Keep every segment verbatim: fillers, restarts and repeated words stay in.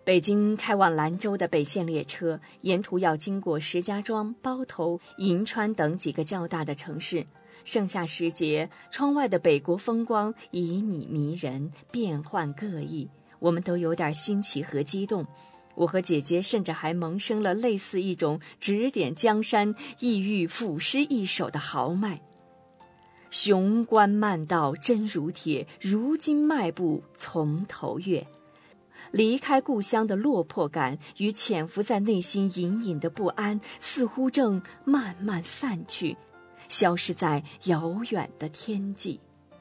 北京开往兰州的北线列车，沿途要经过石家庄、包头、银川等几个较大的城市。盛夏时节，窗外的北国风光旖旎迷人，变幻各异，我们都有点新奇和激动。我和姐姐甚至还萌生了类似一种指点江山、意欲赋诗一首的豪迈。雄关漫道真如铁，如今迈步从头越。离开故乡的落魄感与潜伏在内心隐隐的不安，似乎正慢慢散去，消失在遥远的天际。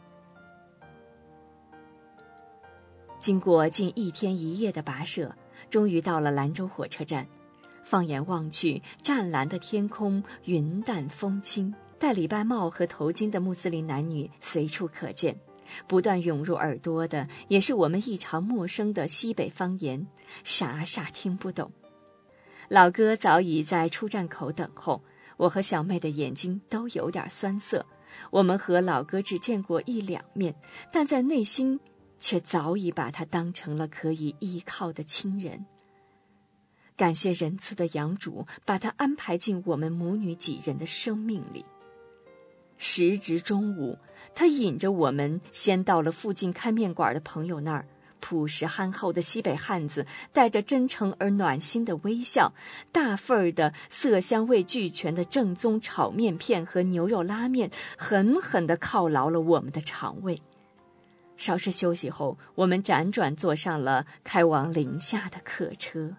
经过近一天一夜的跋涉，终于到了兰州火车站。放眼望去，湛蓝的天空，云淡风轻，戴礼拜帽和头巾的穆斯林男女随处可见。不断涌入耳朵的也是我们异常陌生的西北方言，啥啥听不懂。老哥早已在出站口等候，我和小妹的眼睛都有点酸涩。我们和老哥只见过一两面，但在内心却早已把他当成了可以依靠的亲人。感谢仁慈的养主，把他安排进我们母女几人的生命里。时值中午，他引着我们先到了附近开面馆的朋友那儿。朴实憨厚的西北汉子带着真诚而暖心的微笑，大份儿的色香味俱全的正宗炒面片和牛肉拉面狠狠地犒劳了我们的肠胃。稍事休息后，我们辗转坐上了开往临夏的客车。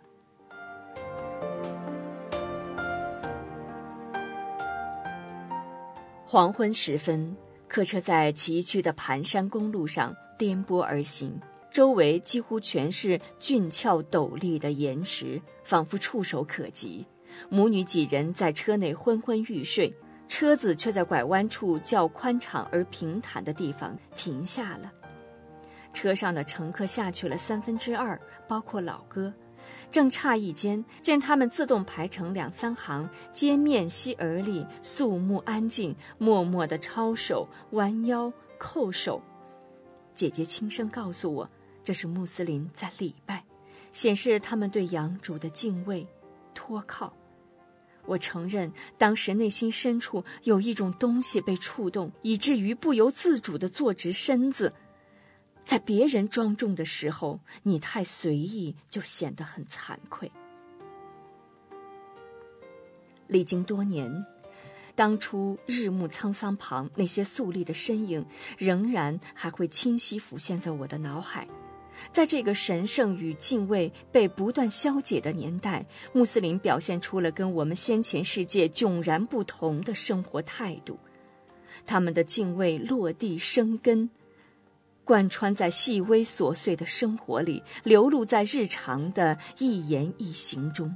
黄昏时分，客车在崎岖的盘山公路上颠簸而行，周围几乎全是峻峭陡立的岩石，仿佛触手可及。母女几人在车内昏昏欲睡，车子却在拐弯处较宽敞而平坦的地方停下了。车上的乘客下去了三分之二，包括老哥。正诧异间，见他们自动排成两三行，皆面膝而立，肃穆安静，默默地抄手、弯腰、叩手。姐姐轻声告诉我，这是穆斯林在礼拜，显示他们对养主的敬畏、托靠。我承认，当时内心深处有一种东西被触动，以至于不由自主地坐直身子。在别人庄重的时候，你太随意，就显得很惭愧。历经多年，当初日暮沧桑旁那些肃立的身影，仍然还会清晰浮现在我的脑海。在这个神圣与敬畏被不断消解的年代，穆斯林表现出了跟我们先前世界迥然不同的生活态度。他们的敬畏落地生根，贯穿在细微琐碎的生活里，流露在日常的一言一行中。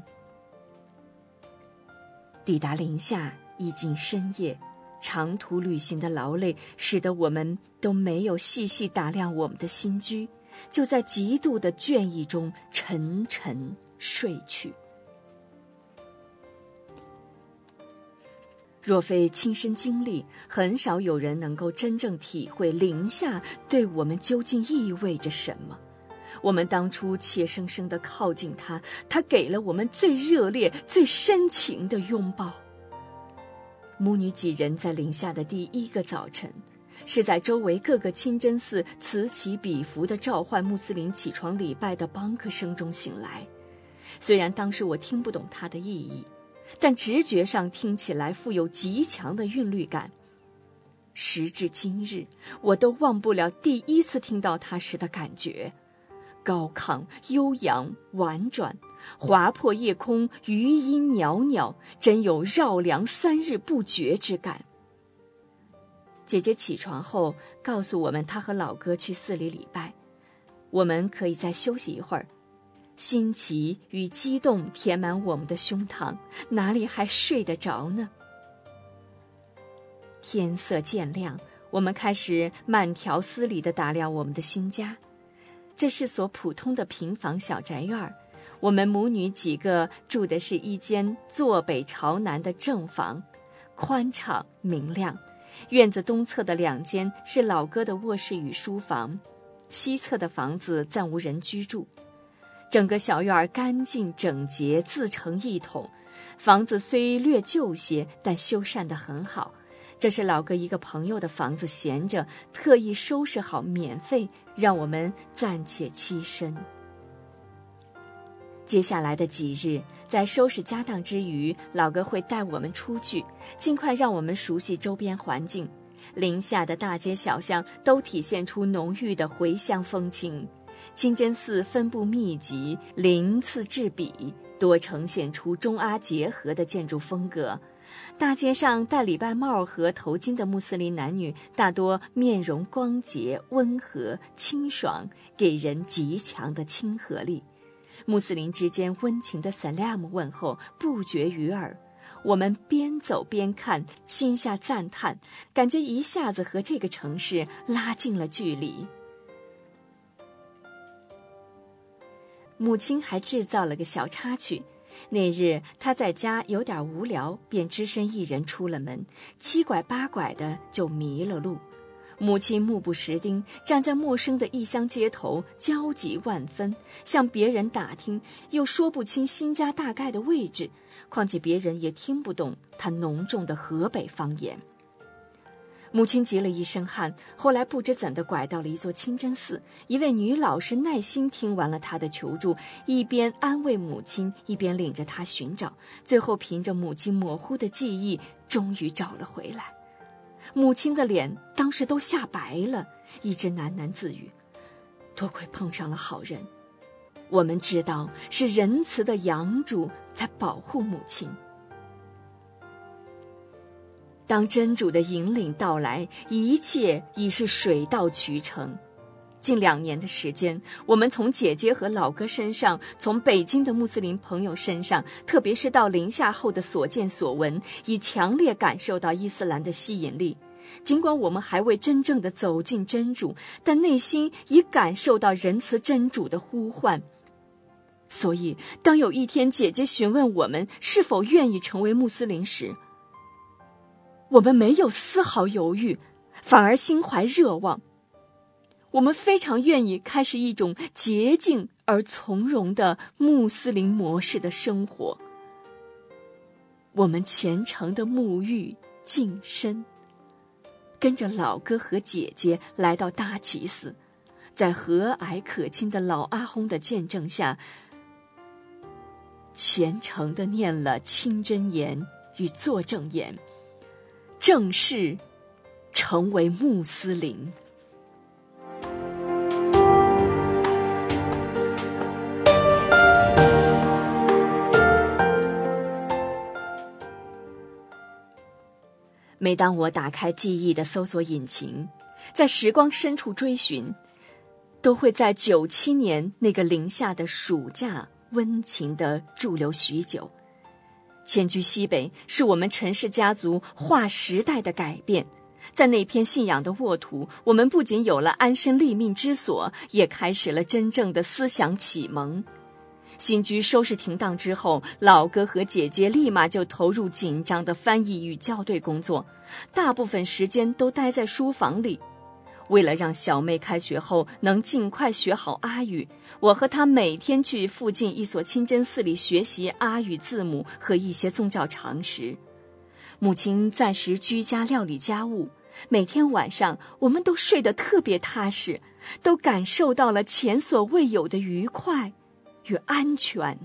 抵达临夏已近深夜，长途旅行的劳累使得我们都没有细细打量我们的新居，就在极度的倦意中沉沉睡去。若非亲身经历，很少有人能够真正体会临夏对我们究竟意味着什么。我们当初怯生生地靠近他，他给了我们最热烈、最深情的拥抱。母女几人在临夏的第一个早晨，是在周围各个清真寺此起彼伏地召唤穆斯林起床礼拜的邦克声中醒来。虽然当时我听不懂它的意义，但直觉上听起来富有极强的韵律感。时至今日，我都忘不了第一次听到它时的感觉，高亢、悠扬、婉转，划破夜空，余音袅袅，真有绕梁三日不绝之感。姐姐起床后告诉我们，她和老哥去寺里礼拜，我们可以再休息一会儿。新奇与激动填满我们的胸膛，哪里还睡得着呢？天色渐亮，我们开始慢条斯理地打量我们的新家。这是所普通的平房小宅院，我们母女几个住的是一间坐北朝南的正房，宽敞明亮。院子东侧的两间是老哥的卧室与书房，西侧的房子暂无人居住。 整个小院儿干净整洁，自成一统。房子虽略旧些，但修缮得很好。这是老哥一个朋友的房子，闲着，特意收拾好，免费让我们暂且栖身。接下来的几日，在收拾家当之余，老哥会带我们出去，尽快让我们熟悉周边环境。临夏的大街小巷都体现出浓郁的回乡风情，清真寺分布密集，鳞次栉比，多呈现出中阿结合的建筑风格。大街上戴礼拜帽和头巾的穆斯林男女大多面容光洁、温和、清爽，给人极强的亲和力。穆斯林之间温情的 salam 问候不绝于耳。我们边走边看，心下赞叹，感觉一下子和这个城市拉近了距离。母亲还制造了个小插曲。那日她在家有点无聊，便只身一人出了门，七拐八拐的就迷了路。母亲目不识丁，站在陌生的异乡街头，焦急万分，向别人打听，又说不清新家大概的位置，况且别人也听不懂她浓重的河北方言。母亲急了一身汗，后来不知怎的拐到了一座清真寺，一位女老师耐心听完了她的求助，一边安慰母亲，一边领着她寻找，最后凭着母亲模糊的记忆，终于找了回来。母亲的脸当时都吓白了，一直喃喃自语：多亏碰上了好人。我们知道是仁慈的养主在保护母亲。当真主的引领到来，一切已是水到渠成。近两年的时间，我们从姐姐和老哥身上，从北京的穆斯林朋友身上，特别是到临夏后的所见所闻，已强烈感受到伊斯兰的吸引力。尽管我们还未真正的走进真主，但内心已感受到仁慈真主的呼唤。所以当有一天姐姐询问我们是否愿意成为穆斯林时，我们没有丝毫犹豫，反而心怀热望。我们非常愿意开始一种洁净而从容的穆斯林模式的生活。我们虔诚的沐浴净身，跟着老哥和姐姐来到大齐寺，在和蔼可亲的老阿訇的见证下，虔诚地念了清真言与作证言，正式成为穆斯林。每当我打开记忆的搜索引擎，在时光深处追寻，都会在九七年那个零下的暑假温情地驻留许久。迁居西北是我们陈氏家族划时代的改变，在那片信仰的沃土，我们不仅有了安身立命之所，也开始了真正的思想启蒙。新居收拾停当之后，老哥和姐姐立马就投入紧张的翻译与校对工作，大部分时间都待在书房里。为了让小妹开学后能尽快学好阿语，我和她每天去附近一所清真寺里学习阿语字母和一些宗教常识。母亲暂时居家料理家务，每天晚上我们都睡得特别踏实，都感受到了前所未有的愉快与安全。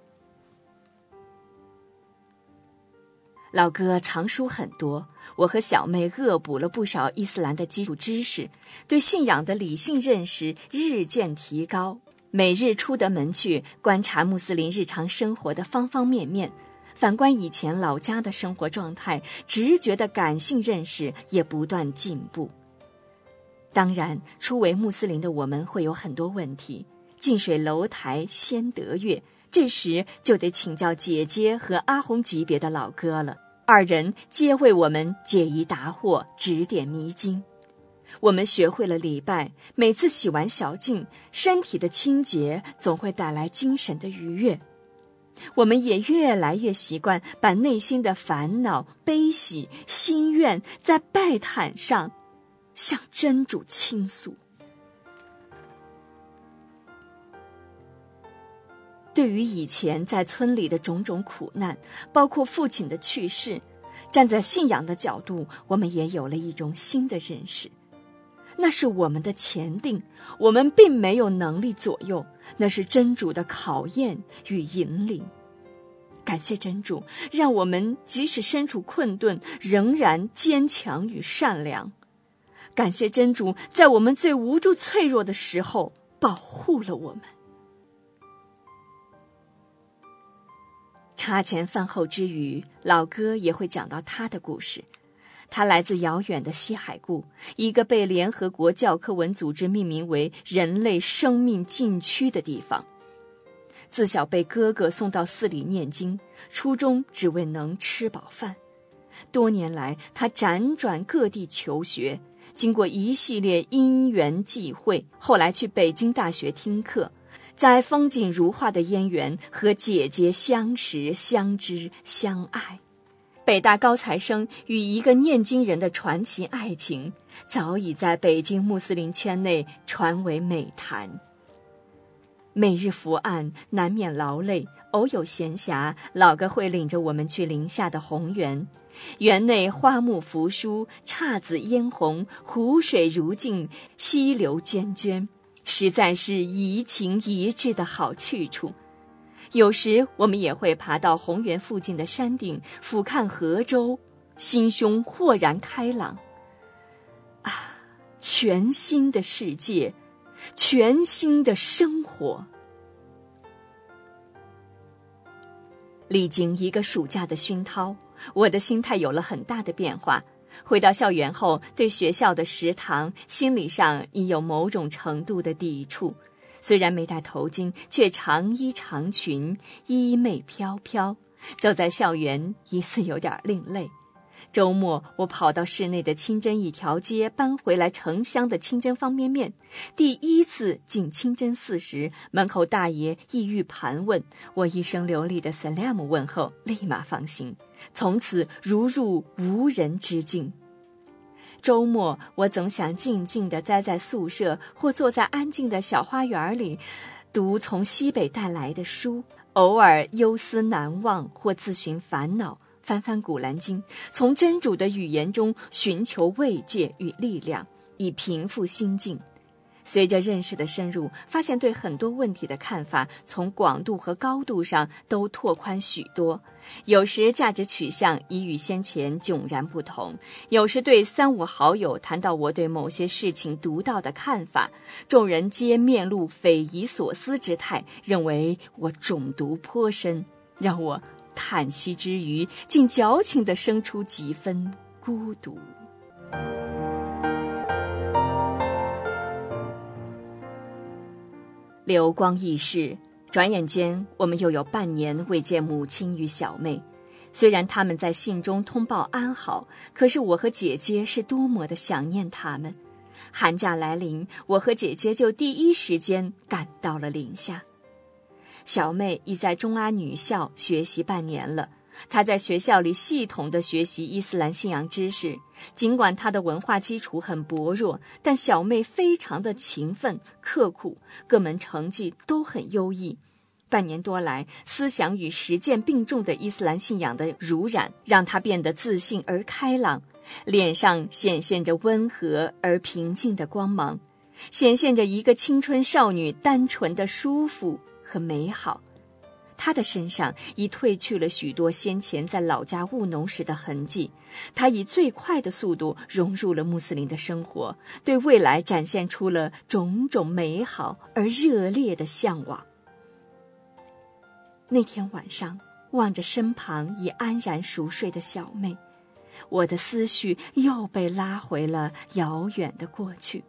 老哥藏书很多，我和小妹恶补了不少伊斯兰的基础知识，对信仰的理性认识日渐提高。每日出得门去，观察穆斯林日常生活的方方面面，反观以前老家的生活状态，直觉的感性认识也不断进步。当然，初为穆斯林的我们会有很多问题，近水楼台先得月，这时就得请教姐姐和阿訇级别的老哥了，二人皆为我们解疑答惑，指点迷津。我们学会了礼拜，每次洗完小净，身体的清洁总会带来精神的愉悦。我们也越来越习惯把内心的烦恼、悲喜、心愿在拜毯上向真主倾诉。 对于以前在村里的种种苦难，包括父亲的去世，站在信仰的角度，我们也有了一种新的认识。那是我们的前定，我们并没有能力左右，那是真主的考验与引领。感谢真主，让我们即使身处困顿，仍然坚强与善良。感谢真主，在我们最无助脆弱的时候，保护了我们。茶前饭后之余，老哥也会讲到他的故事。他来自遥远的西海固，一个被联合国教科文组织命名为人类生命禁区的地方。自小被哥哥送到寺里念经，初衷只为能吃饱饭。多年来，他辗转各地求学，经过一系列因缘际会，后来去北京大学听课，在风景如画的燕园和姐姐相识、相知、相爱。北大高材生与一个念经人的传奇爱情，早已在北京穆斯林圈内传为美谈。每日伏案，难免劳累，偶有闲暇，老哥会领着我们去林下的红园。园内花木扶疏，姹紫嫣红，湖水如镜，溪流涓涓，实在是怡情怡致的好去处。有时我们也会爬到红园附近的山顶，俯瞰河州，心胸豁然开朗。啊，全新的世界，全新的生活。历经一个暑假的熏陶，我的心态有了很大的变化。回到校园后，对学校的食堂心理上已有某种程度的抵触。虽然没戴头巾，却长衣长裙，衣袂飘飘，走在校园疑似有点另类。周末我跑到市内的清真一条街，搬回来成箱的清真方便面。第一次进清真寺时，门口大爷意欲盘问我，一声流利的 salam 问候，立马放心，从此如入无人之境。周末我总想静静地待在宿舍，或坐在安静的小花园里，读从西北带来的书，偶尔忧思难忘或自寻烦恼，翻翻古兰经，从真主的语言中寻求慰藉与力量，以平复心境。随着认识的深入，发现对很多问题的看法从广度和高度上都拓宽许多。有时价值取向已与先前迥然不同，有时对三五好友谈到我对某些事情独到的看法，众人皆面露匪夷所思之态，认为我中毒颇深，让我叹息之余，竟矫情地生出几分孤独。流光易逝，转眼间我们又有半年未见母亲与小妹。虽然他们在信中通报安好，可是我和姐姐是多么的想念他们。寒假来临，我和姐姐就第一时间赶到了林下。小妹已在中阿女校学习半年了，她在学校里系统地学习伊斯兰信仰知识。尽管她的文化基础很薄弱，但小妹非常的勤奋刻苦，各门成绩都很优异。半年多来，思想与实践并重的伊斯兰信仰的濡染，让她变得自信而开朗，脸上显现着温和而平静的光芒，显现着一个青春少女单纯的舒服和美好。他的身上已褪去了许多先前在老家务农时的痕迹，他以最快的速度融入了穆斯林的生活，对未来展现出了种种美好而热烈的向往。那天晚上，望着身旁已安然熟睡的小妹，我的思绪又被拉回了遥远的过去。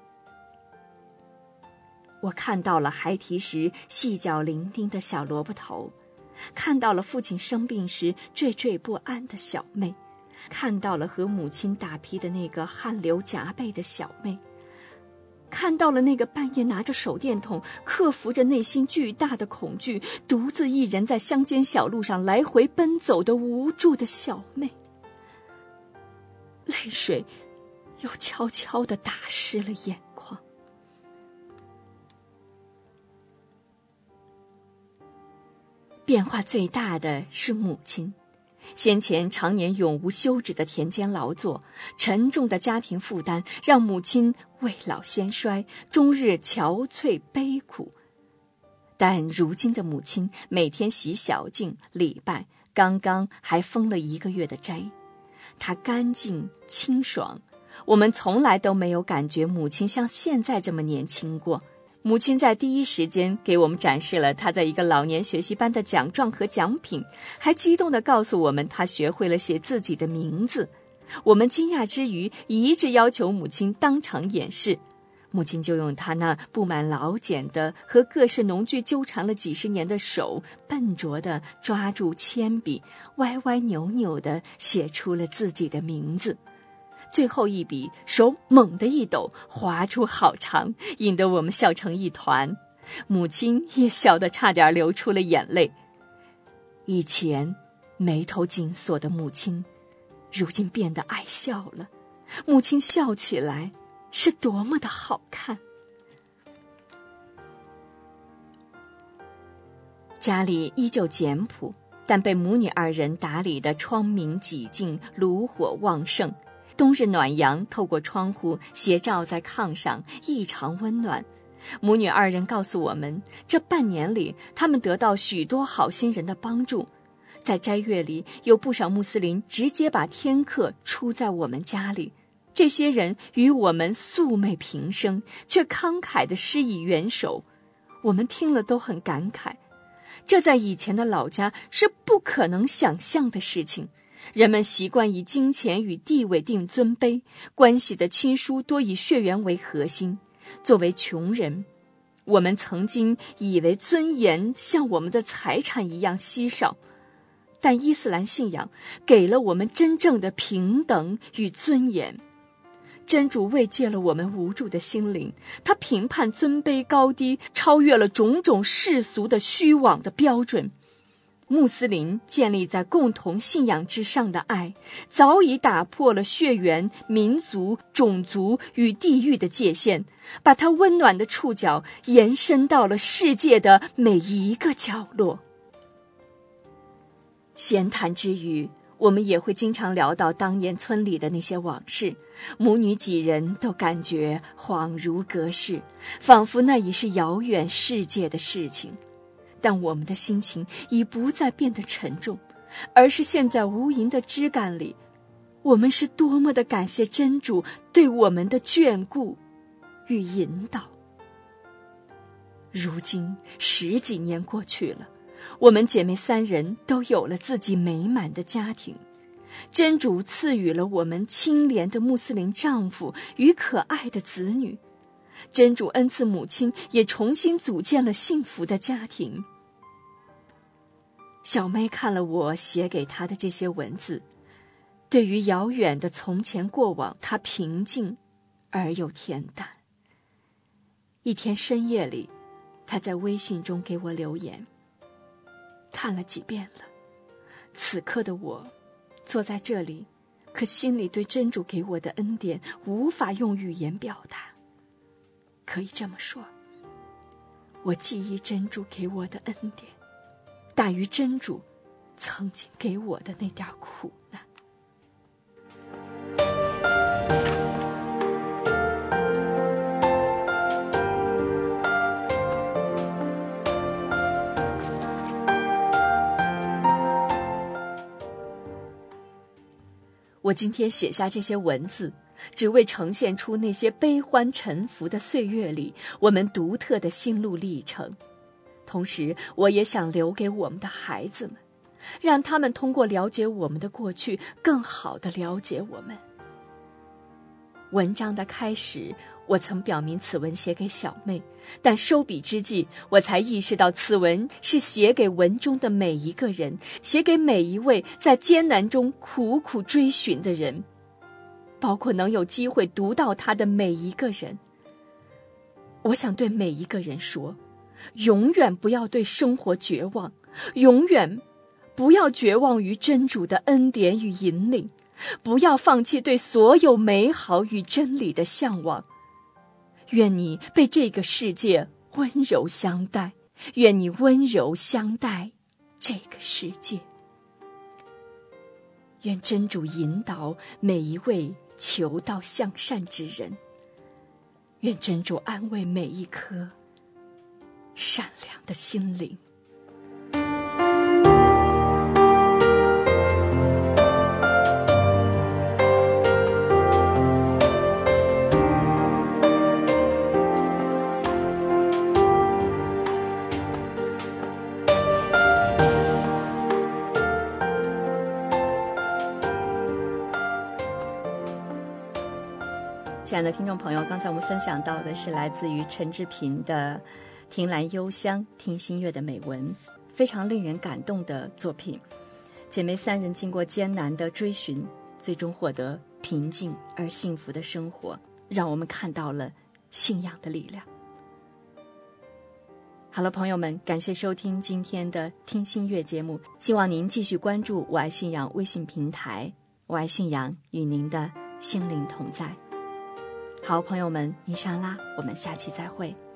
我看到了孩提时细脚伶仃的小萝卜头，看到了父亲生病时惴惴不安的小妹，看到了和母亲打屁的那个汗流浃背的小妹，看到了那个半夜拿着手电筒，克服着内心巨大的恐惧，独自一人在乡间小路上来回奔走的无助的小妹。泪水又悄悄地打湿了眼眶。 变化最大的是母亲。先前常年永无休止的田间劳作，沉重的家庭负担让母亲未老先衰，终日憔悴悲苦。但如今的母亲每天洗小径礼拜，刚刚还封了一个月的斋，她干净清爽，我们从来都没有感觉母亲像现在这么年轻过。母亲在第一时间给我们展示了她在一个老年学习班的奖状和奖品，还激动地告诉我们她学会了写自己的名字。我们惊讶之余，一致要求母亲当场演示。母亲就用她那布满老茧的和各式农具纠缠了几十年的手，笨拙地抓住铅笔，歪歪扭扭地写出了自己的名字。最后一笔，手猛地一抖，划出好长，引得我们笑成一团。母亲也笑得差点流出了眼泪。以前眉头紧锁的母亲，如今变得爱笑了。母亲笑起来是多么的好看。家里依旧简朴，但被母女二人打理得窗明几净，炉火旺盛。冬日暖阳透过窗户斜照在炕上，异常温暖。母女二人告诉我们，这半年里他们得到许多好心人的帮助。在斋月里，有不少穆斯林直接把天课出在我们家里，这些人与我们素昧平生，却慷慨地施以援手。我们听了都很感慨，这在以前的老家是不可能想象的事情。人们习惯以金钱与地位定尊卑，关系的亲疏多以血缘为核心。作为穷人，我们曾经以为尊严像我们的财产一样稀少，但伊斯兰信仰给了我们真正的平等与尊严。真主慰藉了我们无助的心灵，他评判尊卑高低，超越了种种世俗的虚妄的标准。穆斯林建立在共同信仰之上的爱，早已打破了血缘、民族、种族与地域的界限，把它温暖的触角延伸到了世界的每一个角落。闲谈之余，我们也会经常聊到当年村里的那些往事，母女几人都感觉恍如隔世，仿佛那已是遥远世界的事情。但我们的心情已不再变得沉重，而是陷在无垠的枝干里。我们是多么的感谢真主对我们的眷顾与引导。如今十几年过去了，我们姐妹三人都有了自己美满的家庭，真主赐予了我们清廉的穆斯林丈夫与可爱的子女，真主恩赐母亲也重新组建了幸福的家庭。小妹看了我写给她的这些文字，对于遥远的从前过往，她平静而又恬淡。一天深夜里，她在微信中给我留言，看了几遍了。此刻的我坐在这里，可心里对真主给我的恩典无法用语言表达。可以这么说，我记忆真主给我的恩典，大于真主曾经给我的那点苦难。我今天写下这些文字，只为呈现出那些悲欢沉浮的岁月里我们独特的心路历程。同时，我也想留给我们的孩子们，让他们通过了解我们的过去，更好地了解我们。文章的开始，我曾表明此文写给小妹，但收笔之际，我才意识到此文是写给文中的每一个人，写给每一位在艰难中苦苦追寻的人，包括能有机会读到它的每一个人。我想对每一个人说，永远不要对生活绝望，永远不要绝望于真主的恩典与引领，不要放弃对所有美好与真理的向往。愿你被这个世界温柔相待，愿你温柔相待这个世界。愿真主引导每一位求道向善之人，愿真主安慰每一颗善良的心灵。亲爱的听众朋友，刚才我们分享到的是来自于陈志平的《庭兰幽香听心月》的美文，非常令人感动的作品。姐妹三人经过艰难的追寻，最终获得平静而幸福的生活，让我们看到了信仰的力量。好了，朋友们，感谢收听今天的听心月节目，希望您继续关注我爱信仰微信平台，我爱信仰与您的心灵同在。好，朋友们，伊莎拉，我们下期再会。